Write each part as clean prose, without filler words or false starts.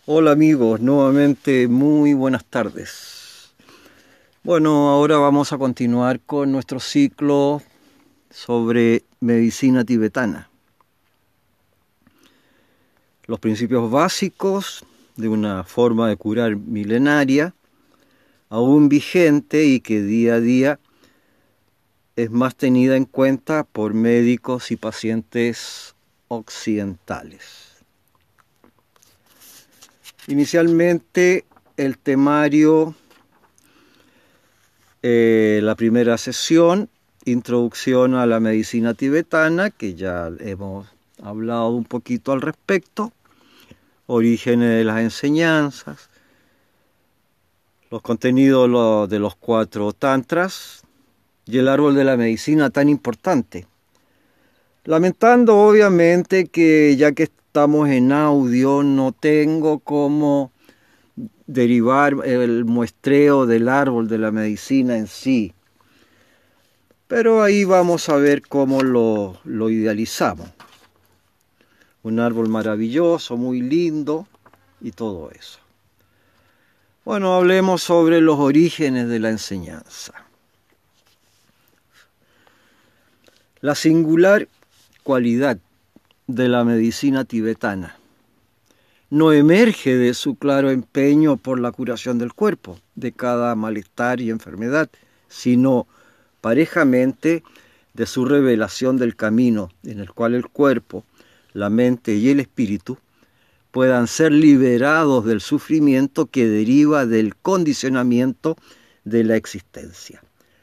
Hola amigos, nuevamente muy buenas tardes. Bueno, ahora vamos a continuar con nuestro ciclo sobre medicina tibetana. Los principios básicos de una forma de curar milenaria, aún vigente y que día a día es más tenida en cuenta por médicos y pacientes occidentales. Inicialmente, el temario, la primera sesión, introducción a la medicina tibetana, que ya hemos hablado un poquito al respecto, orígenes de las enseñanzas, los contenidos de los 4 tantras y el árbol de la medicina tan importante. Lamentando obviamente que ya que estamos en audio no tengo cómo derivar el muestreo del árbol de la medicina en sí. Pero ahí vamos a ver cómo lo idealizamos. Un árbol maravilloso, muy lindo y todo eso. Bueno, hablemos sobre los orígenes de la enseñanza. La singular cualidad de la medicina tibetana no emerge de su claro empeño por la curación del cuerpo, de cada malestar y enfermedad, sino parejamente de su revelación del camino en el cual el cuerpo, la mente y el espíritu puedan ser liberados del sufrimiento que deriva del condicionamiento de la existencia.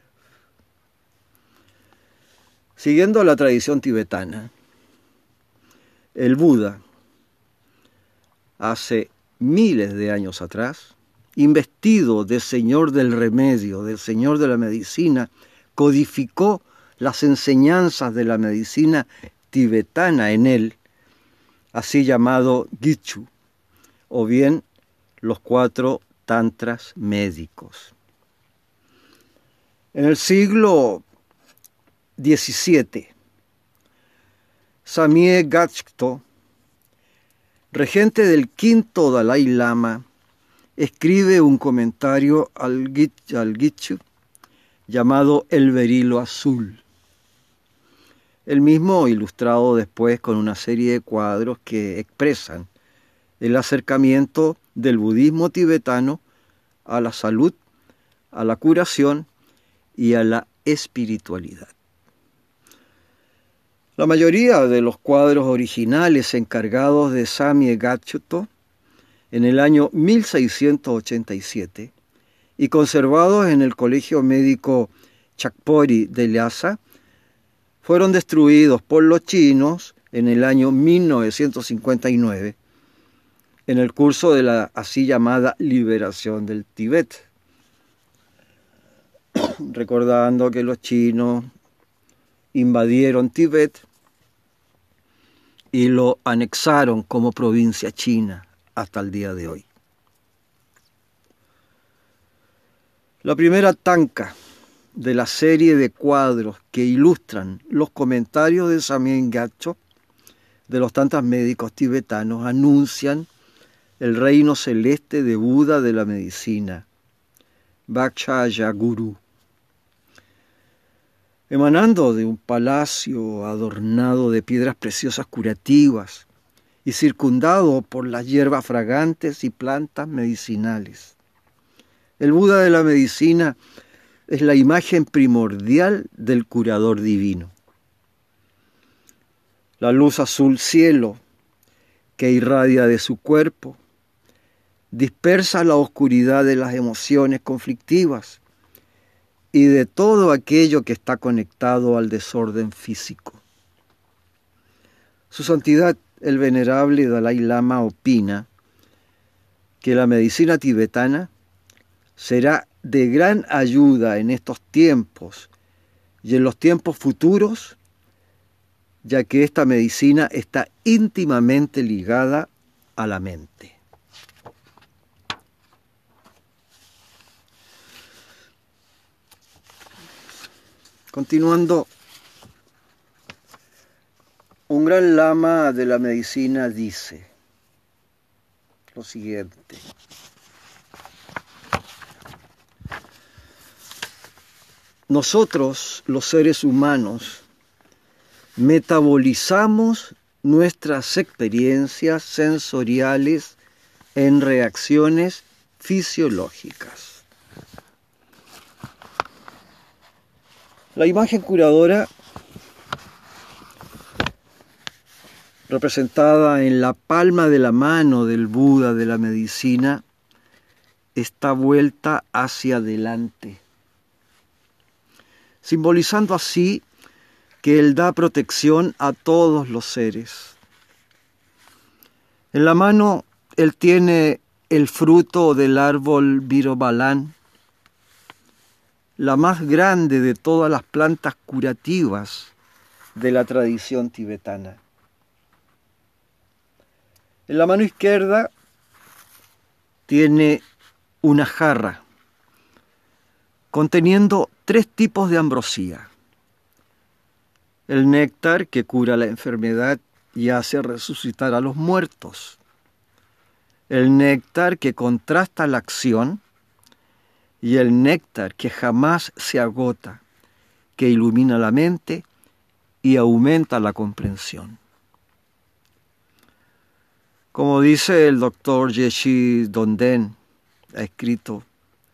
Siguiendo la tradición tibetana, el Buda, hace miles de años atrás, investido de señor del remedio, del señor de la medicina, codificó las enseñanzas de la medicina tibetana en él, así llamado Gichu, o bien los 4 tantras médicos. En el siglo XVII, Samye Gakto, regente del quinto Dalai Lama, escribe un comentario al Gichu llamado El Berilo Azul. El mismo ilustrado después con una serie de cuadros que expresan el acercamiento del budismo tibetano a la salud, a la curación y a la espiritualidad. La mayoría de los cuadros originales encargados de Samye Gakto en el año 1687 y conservados en el Colegio Médico Chakpori de Lhasa fueron destruidos por los chinos en el año 1959 en el curso de la así llamada liberación del Tíbet, recordando que los chinos invadieron Tíbet y lo anexaron como provincia china hasta el día de hoy. La primera tanka de la serie de cuadros que ilustran los comentarios de Samye Gakto de los tantos médicos tibetanos anuncian el reino celeste de Buda de la medicina, Vakshaya Guru. Emanando de un palacio adornado de piedras preciosas curativas y circundado por las hierbas fragantes y plantas medicinales. El Buda de la medicina es la imagen primordial del curador divino. La luz azul cielo que irradia de su cuerpo dispersa la oscuridad de las emociones conflictivas y de todo aquello que está conectado al desorden físico. Su Santidad, el venerable Dalai Lama, opina que la medicina tibetana será de gran ayuda en estos tiempos y en los tiempos futuros, ya que esta medicina está íntimamente ligada a la mente. Continuando, un gran lama de la medicina dice: lo siguiente. Nosotros, los seres humanos, metabolizamos nuestras experiencias sensoriales en reacciones fisiológicas. La imagen curadora, representada en la palma de la mano del Buda de la medicina, está vuelta hacia adelante, simbolizando así que Él da protección a todos los seres. En la mano Él tiene el fruto del árbol Virobalán, la más grande de todas las plantas curativas de la tradición tibetana. En la mano izquierda tiene una jarra conteniendo 3 tipos de ambrosía. El néctar, que cura la enfermedad y hace resucitar a los muertos. El néctar, que contrasta la acción. Y el néctar, que jamás se agota, que ilumina la mente y aumenta la comprensión. Como dice el doctor Yeshi Donden, ha escrito: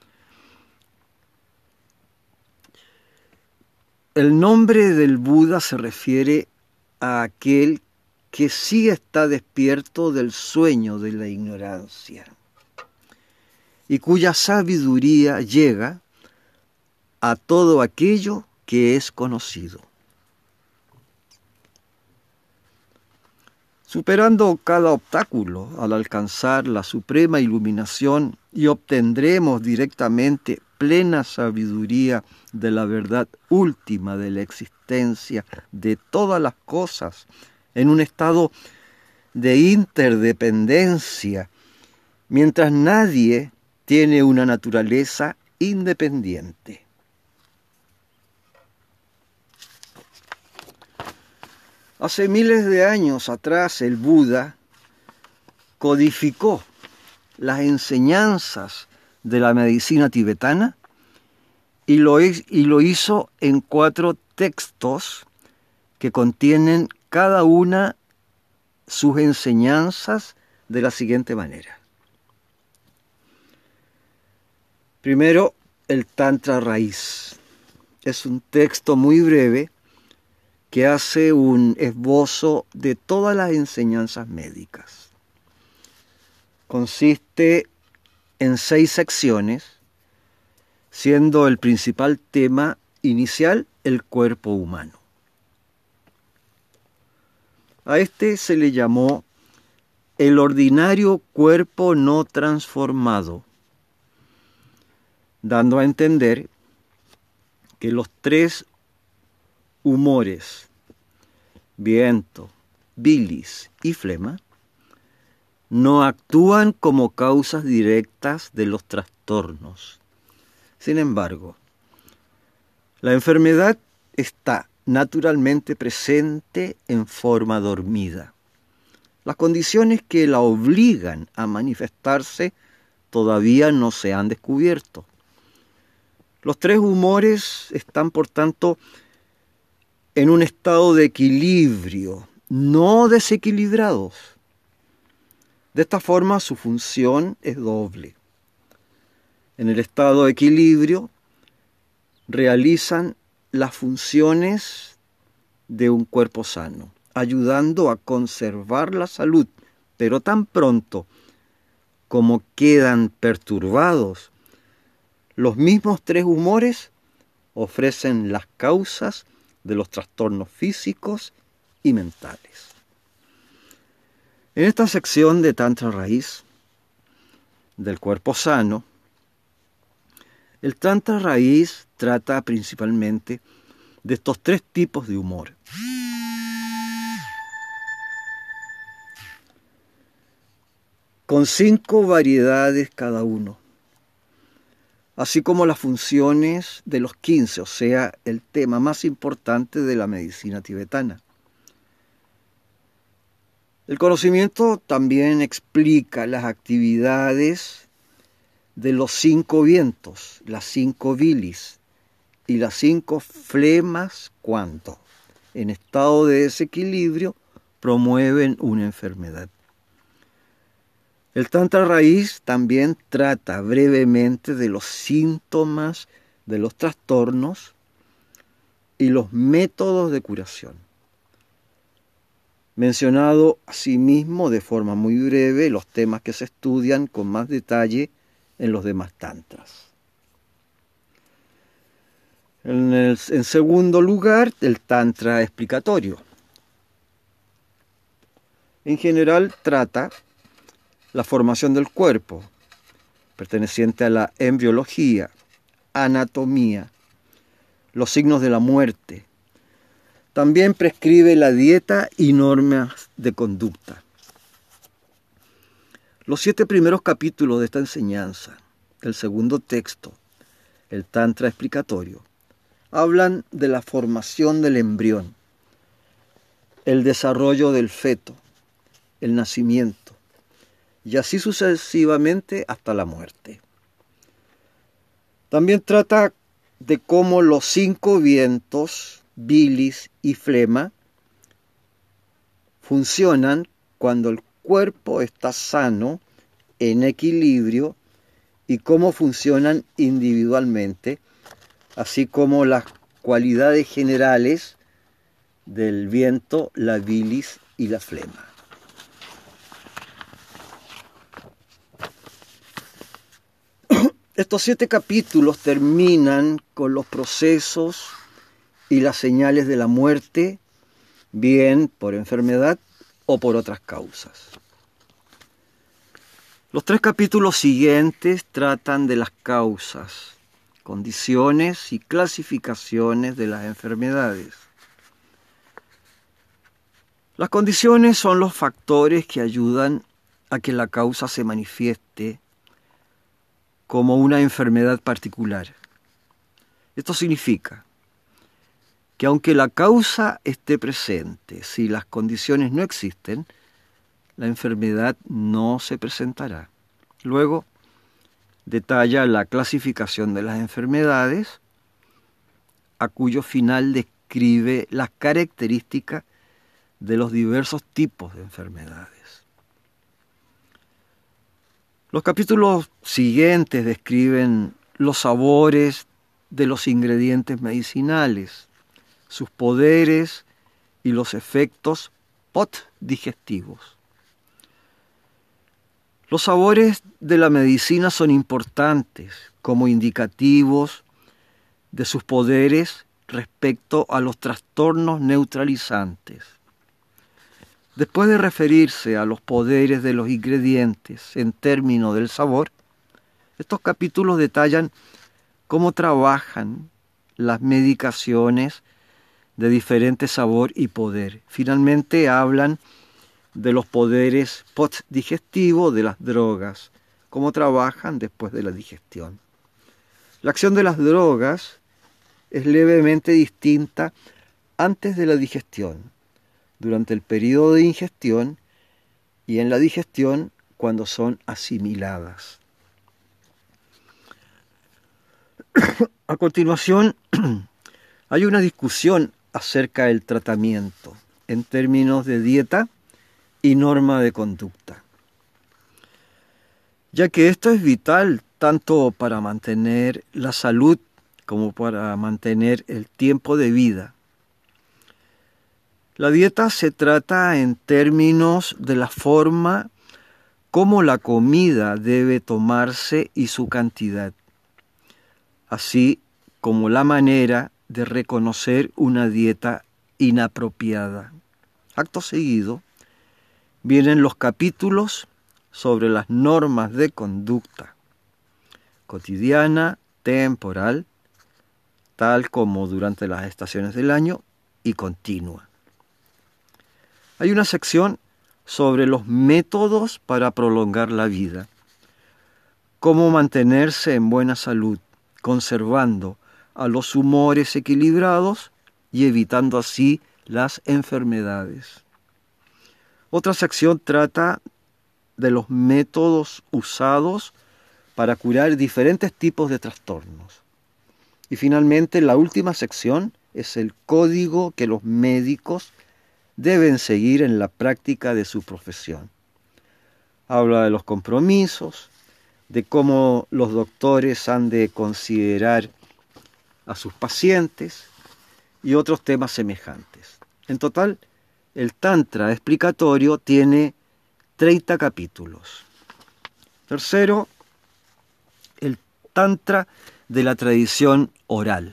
el nombre del Buda se refiere a aquel que sí está despierto del sueño de la ignorancia y cuya sabiduría llega a todo aquello que es conocido. Superando cada obstáculo al alcanzar la suprema iluminación, y obtendremos directamente plena sabiduría de la verdad última de la existencia de todas las cosas, en un estado de interdependencia, mientras nadie tiene una naturaleza independiente. Hace miles de años atrás el Buda codificó las enseñanzas de la medicina tibetana y lo hizo en 4 textos que contienen cada una sus enseñanzas de la siguiente manera. Primero, el Tantra Raíz. Es un texto muy breve que hace un esbozo de todas las enseñanzas médicas. Consiste en 6 secciones, siendo el principal tema inicial el cuerpo humano. A este se le llamó el ordinario cuerpo no transformado, dando a entender que los 3 humores, viento, bilis y flema, no actúan como causas directas de los trastornos. Sin embargo, la enfermedad está naturalmente presente en forma dormida. Las condiciones que la obligan a manifestarse todavía no se han descubierto. Los 3 humores están, por tanto, en un estado de equilibrio, no desequilibrados. De esta forma, su función es doble. En el estado de equilibrio, realizan las funciones de un cuerpo sano, ayudando a conservar la salud, pero tan pronto como quedan perturbados, los mismos 3 humores ofrecen las causas de los trastornos físicos y mentales. En esta sección de Tantra Raíz, del cuerpo sano, el Tantra Raíz trata principalmente de estos 3 tipos de humor. Con 5 variedades cada uno, así como las funciones de los 15, o sea, el tema más importante de la medicina tibetana. El conocimiento también explica las actividades de los 5 vientos, las 5 bilis y las 5 flemas cuando, en estado de desequilibrio, promueven una enfermedad. El Tantra raíz también trata brevemente de los síntomas de los trastornos y los métodos de curación. Mencionado asimismo de forma muy breve los temas que se estudian con más detalle en los demás tantras. En segundo lugar, el tantra explicatorio. En general trata la formación del cuerpo, perteneciente a la embriología, anatomía, los signos de la muerte. También prescribe la dieta y normas de conducta. Los 7 primeros capítulos de esta enseñanza, el segundo texto, el Tantra explicatorio, hablan de la formación del embrión, el desarrollo del feto, el nacimiento, y así sucesivamente hasta la muerte. También trata de cómo los 5 vientos, bilis y flema, funcionan cuando el cuerpo está sano, en equilibrio, y cómo funcionan individualmente, así como las cualidades generales del viento, la bilis y la flema. Estos 7 capítulos terminan con los procesos y las señales de la muerte, bien por enfermedad o por otras causas. Los 3 capítulos siguientes tratan de las causas, condiciones y clasificaciones de las enfermedades. Las condiciones son los factores que ayudan a que la causa se manifieste como una enfermedad particular. Esto significa que aunque la causa esté presente, si las condiciones no existen, la enfermedad no se presentará. Luego, detalla la clasificación de las enfermedades, a cuyo final describe las características de los diversos tipos de enfermedades. Los capítulos siguientes describen los sabores de los ingredientes medicinales, sus poderes y los efectos postdigestivos. Los sabores de la medicina son importantes como indicativos de sus poderes respecto a los trastornos neutralizantes. Después de referirse a los poderes de los ingredientes en términos del sabor, estos capítulos detallan cómo trabajan las medicaciones de diferente sabor y poder. Finalmente hablan de los poderes postdigestivos de las drogas, cómo trabajan después de la digestión. La acción de las drogas es levemente distinta antes de la digestión, durante el periodo de ingestión y en la digestión cuando son asimiladas. A continuación, hay una discusión acerca del tratamiento en términos de dieta y norma de conducta, ya que esto es vital tanto para mantener la salud como para mantener el tiempo de vida. La dieta se trata en términos de la forma como la comida debe tomarse y su cantidad, así como la manera de reconocer una dieta inapropiada. Acto seguido, vienen los capítulos sobre las normas de conducta cotidiana, temporal, tal como durante las estaciones del año, y continua. Hay una sección sobre los métodos para prolongar la vida, cómo mantenerse en buena salud, conservando a los humores equilibrados y evitando así las enfermedades. Otra sección trata de los métodos usados para curar diferentes tipos de trastornos. Y finalmente, la última sección es el código que los médicos deben seguir en la práctica de su profesión. Habla de los compromisos, de cómo los doctores han de considerar a sus pacientes y otros temas semejantes. En total, el Tantra explicatorio tiene 30 capítulos. Tercero, el Tantra de la tradición oral.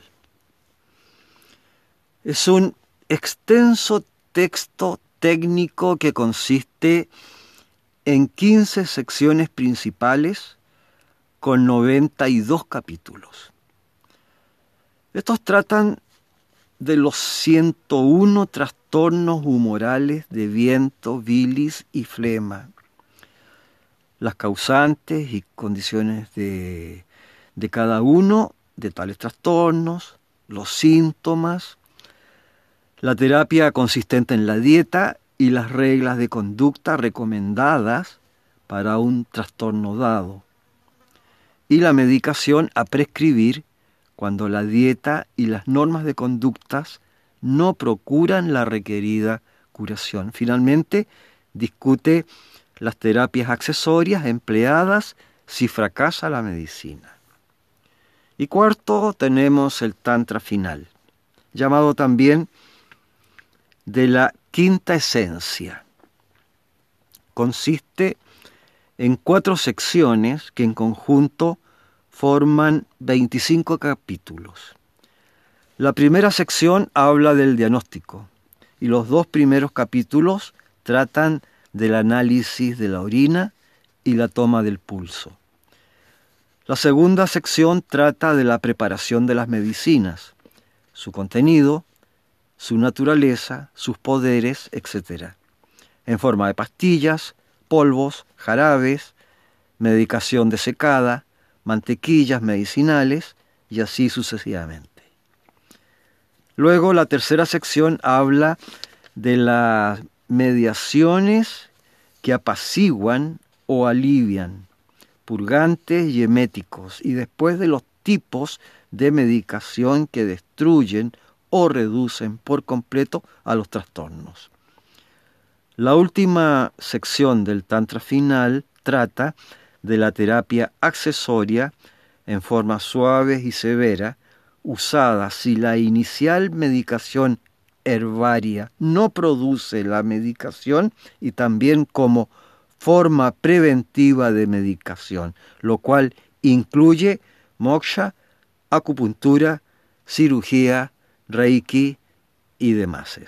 Es un extenso texto técnico que consiste en 15 secciones principales con 92 capítulos. Estos tratan de los 101 trastornos humorales de viento, bilis y flema, las causantes y condiciones de cada uno de tales trastornos, los síntomas, la terapia consistente en la dieta y las reglas de conducta recomendadas para un trastorno dado, y la medicación a prescribir cuando la dieta y las normas de conductas no procuran la requerida curación. Finalmente, discute las terapias accesorias empleadas si fracasa la medicina. Y cuarto, tenemos el Tantra final, llamado también de la quinta esencia. Consiste en 4 secciones que en conjunto forman 25 capítulos. La primera sección habla del diagnóstico y los 2 primeros capítulos tratan del análisis de la orina y la toma del pulso. La segunda sección trata de la preparación de las medicinas, su contenido, su naturaleza, sus poderes, etc., en forma de pastillas, polvos, jarabes, medicación desecada, mantequillas medicinales y así sucesivamente. Luego, la tercera sección habla de las mediaciones que apaciguan o alivian, purgantes y eméticos, y después de los tipos de medicación que destruyen o reducen por completo a los trastornos. La última sección del Tantra final trata de la terapia accesoria en forma suave y severa, usada si la inicial medicación herbaria no produce la medicación, y también como forma preventiva de medicación, lo cual incluye moksha, acupuntura, cirugía, reiki y demás.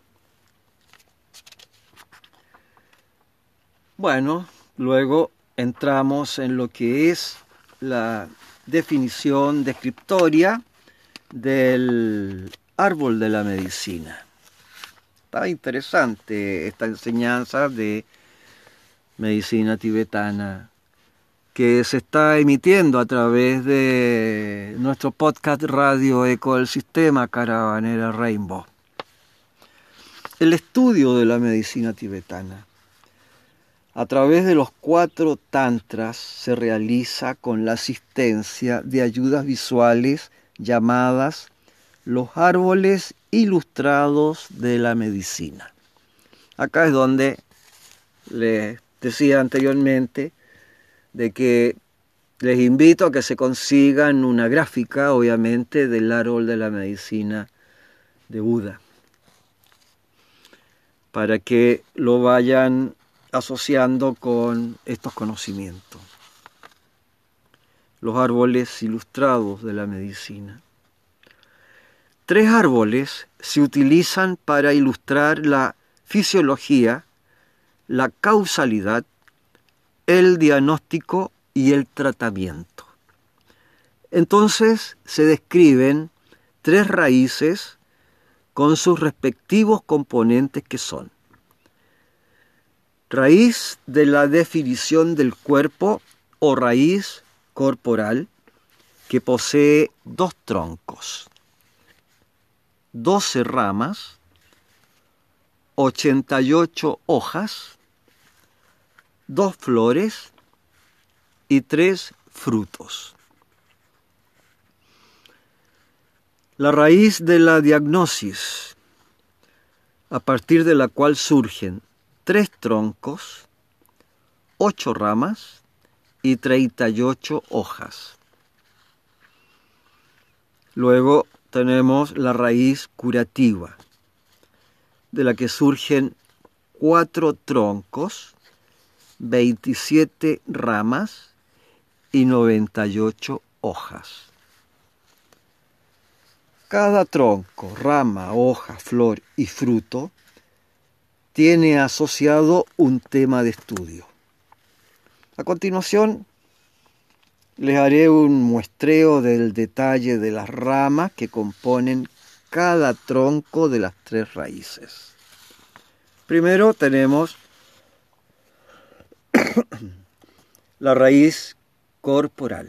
Bueno, luego entramos en lo que es la definición descriptoria del árbol de la medicina. Está interesante esta enseñanza de medicina tibetana que se está emitiendo a través de nuestro podcast Radio Eco del Sistema Caravanera Rainbow. El estudio de la medicina tibetana a través de los 4 tantras se realiza con la asistencia de ayudas visuales llamadas los árboles ilustrados de la medicina. Acá es donde les decía anteriormente de que les invito a que se consigan una gráfica, obviamente, del árbol de la medicina de Buda, para que lo vayan asociando con estos conocimientos. Los árboles ilustrados de la medicina. 3 árboles se utilizan para ilustrar la fisiología, la causalidad, el diagnóstico y el tratamiento. Entonces se describen 3 raíces con sus respectivos componentes que son: raíz de la definición del cuerpo o raíz corporal, que posee 2 troncos, 12 ramas, 88 hojas, 2 flores y 3 frutos. La raíz de la diagnosis, a partir de la cual surgen 3 troncos, 8 ramas y 38 hojas. Luego tenemos la raíz curativa, de la que surgen 4 troncos, 27 ramas y 98 hojas. Cada tronco, rama, hoja, flor y fruto tiene asociado un tema de estudio. A continuación, les haré un muestreo del detalle de las ramas que componen cada tronco de las 3 raíces. Primero tenemos la raíz corporal,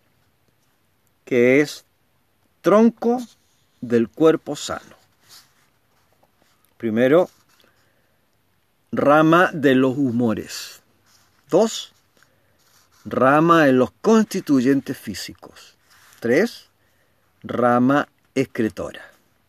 que es tronco del cuerpo sano. Primero, rama de los humores. 2, rama en los constituyentes físicos. 3, rama excretora.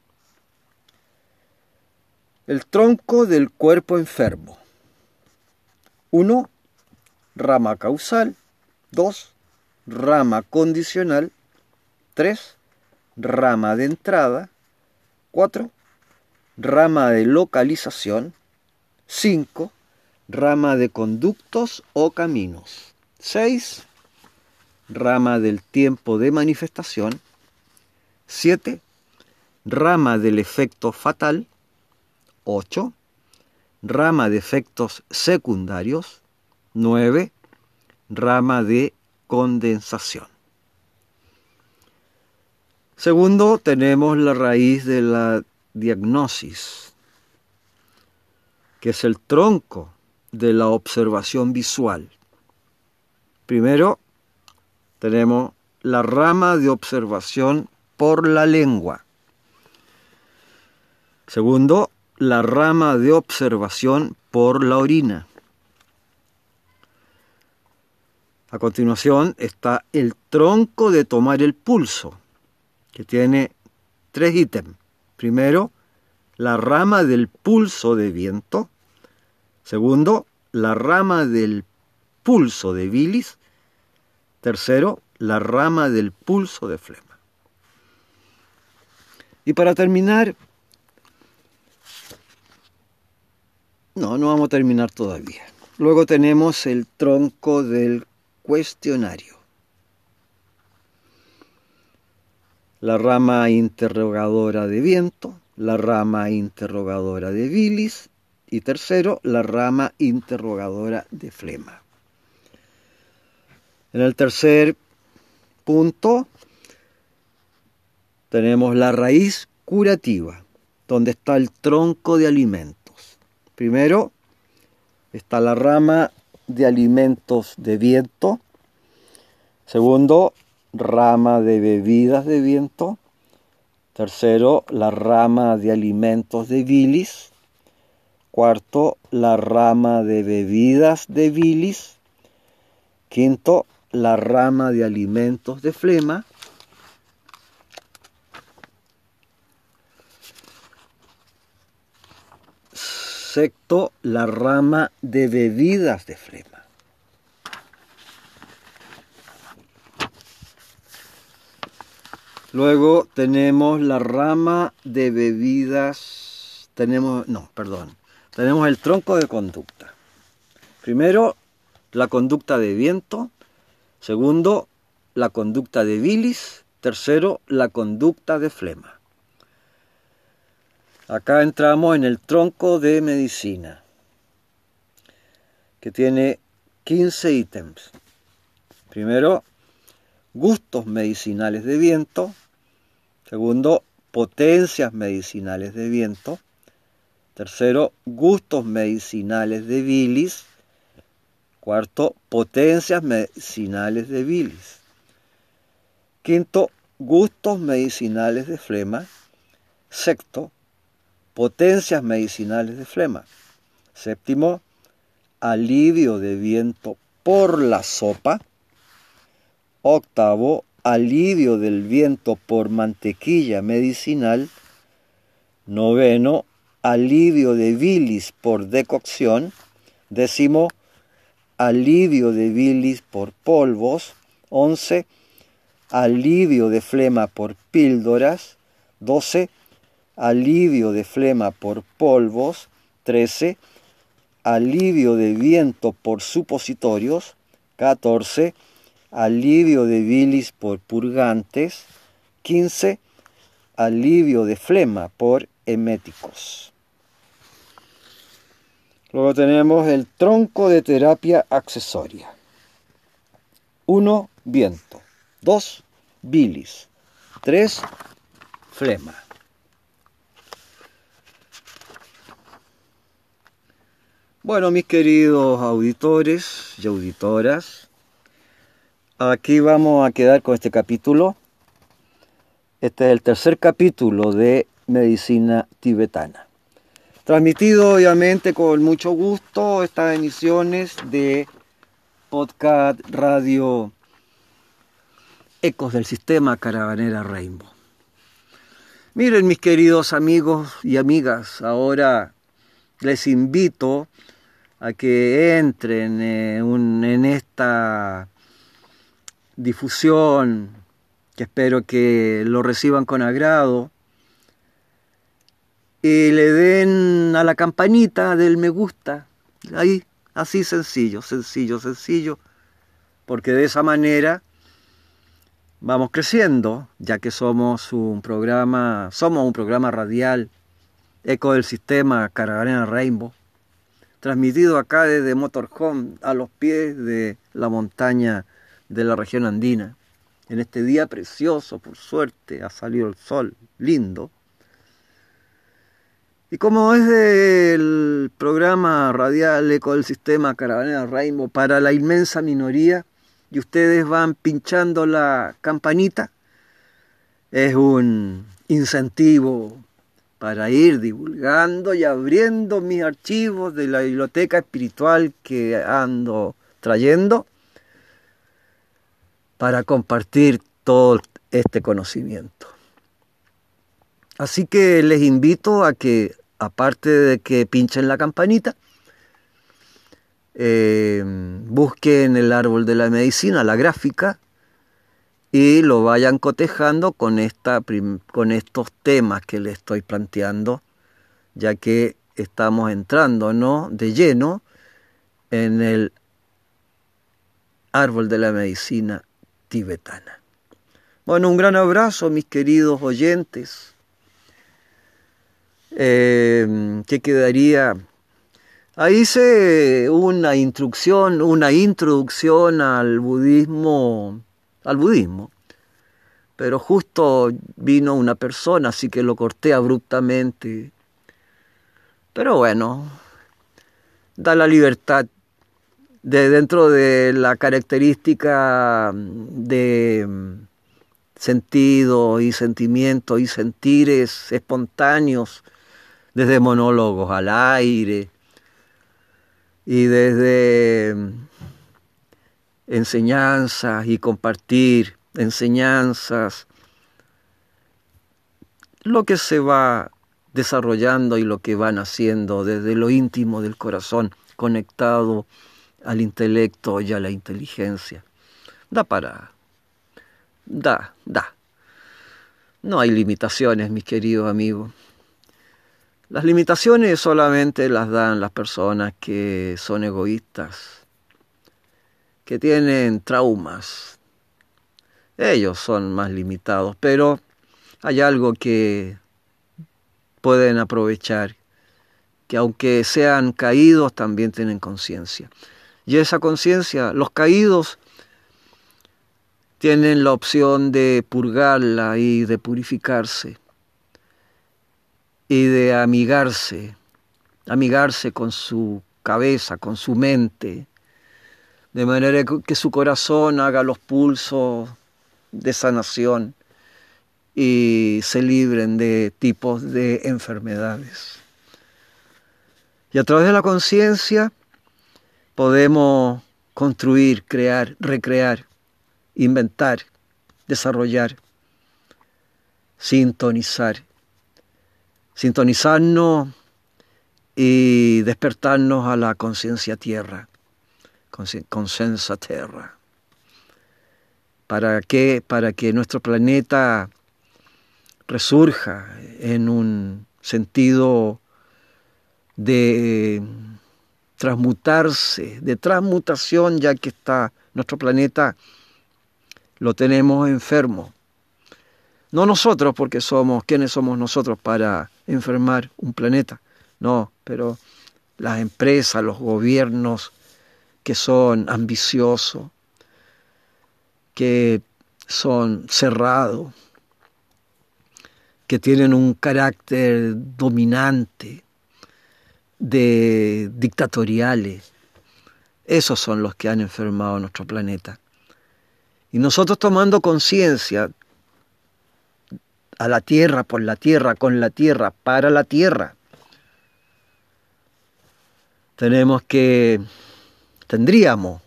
El tronco del cuerpo enfermo. 1, rama causal. 2, rama condicional. 3, rama de entrada. 4, rama de localización. 5, rama de conductos o caminos. 6, rama del tiempo de manifestación. 7, rama del efecto fatal. 8, rama de efectos secundarios. 9, rama de condensación. Segundo, tenemos la raíz de la diagnosis, que es el tronco de la observación visual. Primero, tenemos la rama de observación por la lengua. Segundo, la rama de observación por la orina. A continuación está el tronco de tomar el pulso, que tiene 3 ítems. Primero, la rama del pulso de viento. Segundo, la rama del pulso de bilis. Tercero, la rama del pulso de flema. Y para terminar, no vamos a terminar todavía. Luego tenemos el tronco del cuestionario. La rama interrogadora de viento, la rama interrogadora de bilis y tercero, la rama interrogadora de flema. En el tercer punto tenemos la raíz curativa, donde está el tronco de alimentos. Primero está la rama de alimentos de viento. Segundo, rama de bebidas de viento. Tercero, la rama de alimentos de bilis. Cuarto, la rama de bebidas de bilis. Quinto, la rama de alimentos de flema. Sexto, la rama de bebidas de flema. Luego tenemos la rama de bebidas, tenemos el tronco de conducta. Primero, la conducta de viento. Segundo, la conducta de bilis. Tercero, la conducta de flema. Acá entramos en el tronco de medicina, que tiene 15 ítems. Primero, gustos medicinales de viento. Segundo, potencias medicinales de viento. Tercero, gustos medicinales de bilis. Cuarto, potencias medicinales de bilis. Quinto, gustos medicinales de flema. Sexto, potencias medicinales de flema. Séptimo, alivio de viento por la sopa. Octavo, alivio del viento por mantequilla medicinal. Noveno, alivio de bilis por decocción. Décimo, alivio de bilis por polvos. 11, alivio de flema por píldoras. 12, alivio de flema por polvos. 13, alivio de viento por supositorios. 14, alivio de bilis por purgantes. 15, alivio de flema por eméticos. Luego tenemos el tronco de terapia accesoria. 1, viento. 2, bilis. 3, flema. Bueno, mis queridos auditores y auditoras, aquí vamos a quedar con este capítulo. Este es el tercer capítulo de Medicina Tibetana. Transmitido obviamente con mucho gusto estas emisiones de podcast radio Ecos del Sistema Caravanera Rainbow. Miren, mis queridos amigos y amigas, ahora les invito a que entren en esta difusión, que espero que lo reciban con agrado, y le den a la campanita del me gusta, ahí, así sencillo, porque de esa manera vamos creciendo, ya que somos un programa radial, Eco del Sistema Caravanera Rainbow, transmitido acá desde Motorhome, a los pies de la montaña de la región andina. En este día precioso, por suerte, ha salido el sol, lindo. Y como es el programa radial Eco del Sistema Caravanera Rainbow para la inmensa minoría, y ustedes van pinchando la campanita, es un incentivo para ir divulgando y abriendo mis archivos de la biblioteca espiritual que ando trayendo para compartir todo este conocimiento. Así que les invito a que, aparte de que pinchen la campanita, busquen el árbol de la medicina, la gráfica, y lo vayan cotejando con estos temas que les estoy planteando, ya que estamos entrando, ¿no?, de lleno en el árbol de la medicina tibetana. Bueno, un gran abrazo, mis queridos oyentes. ¿Qué quedaría? Ahí hice una introducción al budismo, pero justo vino una persona, así que lo corté abruptamente. Pero bueno, da la libertad dentro de la característica de sentido y sentimiento y sentires espontáneos, desde monólogos al aire y desde enseñanzas y compartir enseñanzas, lo que se va desarrollando y lo que van haciendo desde lo íntimo del corazón, conectado al intelecto y a la inteligencia. Da. No hay limitaciones, mis queridos amigos. Las limitaciones solamente las dan las personas que son egoístas, que tienen traumas. Ellos son más limitados, pero hay algo que pueden aprovechar, que aunque sean caídos, también tienen conciencia. Y esa conciencia, los caídos tienen la opción de purgarla y de purificarse y de amigarse con su cabeza, con su mente, de manera que su corazón haga los pulsos de sanación y se libren de tipos de enfermedades. Y a través de la conciencia podemos construir, crear, recrear, inventar, desarrollar, sintonizarnos y despertarnos a la conciencia tierra, conciencia tierra. ¿Para qué? Para que nuestro planeta resurja en un sentido de transmutarse, de transmutación, ya que está nuestro planeta, lo tenemos enfermo. No nosotros, porque ¿quiénes somos nosotros para enfermar un planeta? No, pero las empresas, los gobiernos que son ambiciosos, que son cerrados, que tienen un carácter dominante, de dictatoriales, esos son los que han enfermado nuestro planeta. Y nosotros tomando conciencia a la tierra, por la tierra, con la tierra, para la tierra, tendríamos,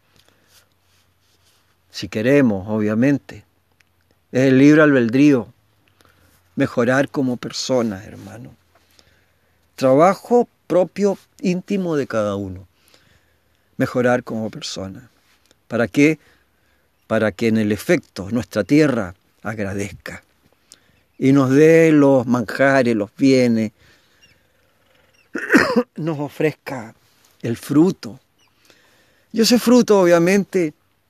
si queremos, obviamente, es el libre albedrío, mejorar como personas, hermano. Trabajo propio, íntimo de cada uno. Mejorar como persona. ¿Para qué? Para que en el efecto nuestra tierra agradezca y nos dé los manjares, los bienes, nos ofrezca el fruto. Y ese fruto obviamente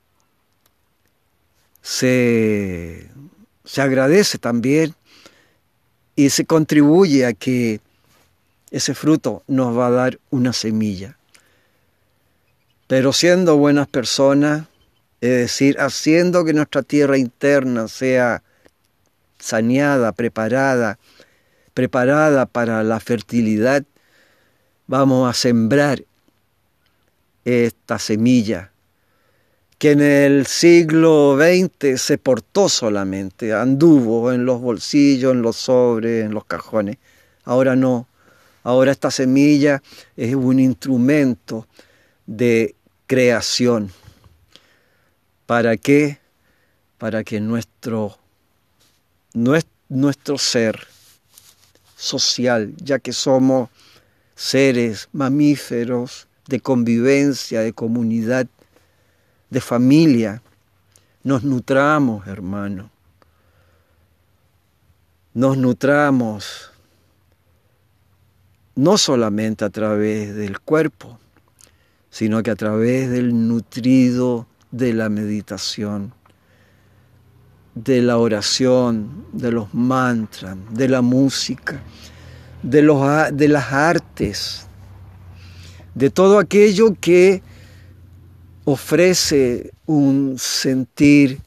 se agradece también y se contribuye a que ese fruto nos va a dar una semilla. Pero siendo buenas personas, es decir, haciendo que nuestra tierra interna sea saneada, preparada para la fertilidad, vamos a sembrar esta semilla que en el siglo XX se portó solamente, anduvo en los bolsillos, en los sobres, en los cajones. Ahora no. Ahora esta semilla es un instrumento de creación. ¿Para qué? Para que nuestro ser social, ya que somos seres mamíferos de convivencia, de comunidad, de familia, nos nutramos, hermano. Nos nutramos no solamente a través del cuerpo, sino que a través del nutrido de la meditación, de la oración, de los mantras, de la música, de las artes, de todo aquello que ofrece un sentir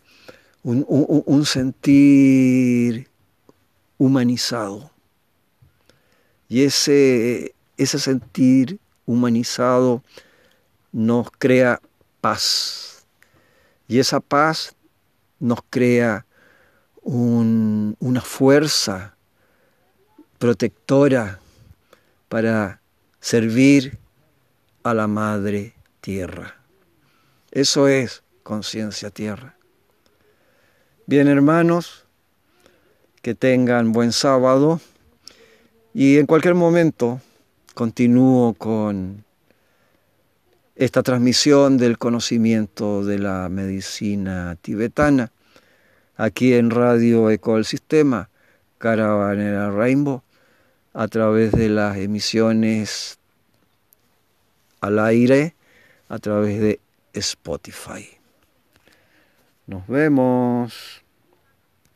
humanizado. Y ese sentir humanizado nos crea paz. Y esa paz nos crea una fuerza protectora para servir a la Madre Tierra. Eso es conciencia tierra. Bien, hermanos, que tengan buen sábado y en cualquier momento continúo con esta transmisión del conocimiento de la medicina tibetana aquí en Radio Eco del Sistema, Caravanera Rainbow, a través de las emisiones al aire, a través de Spotify. Nos vemos.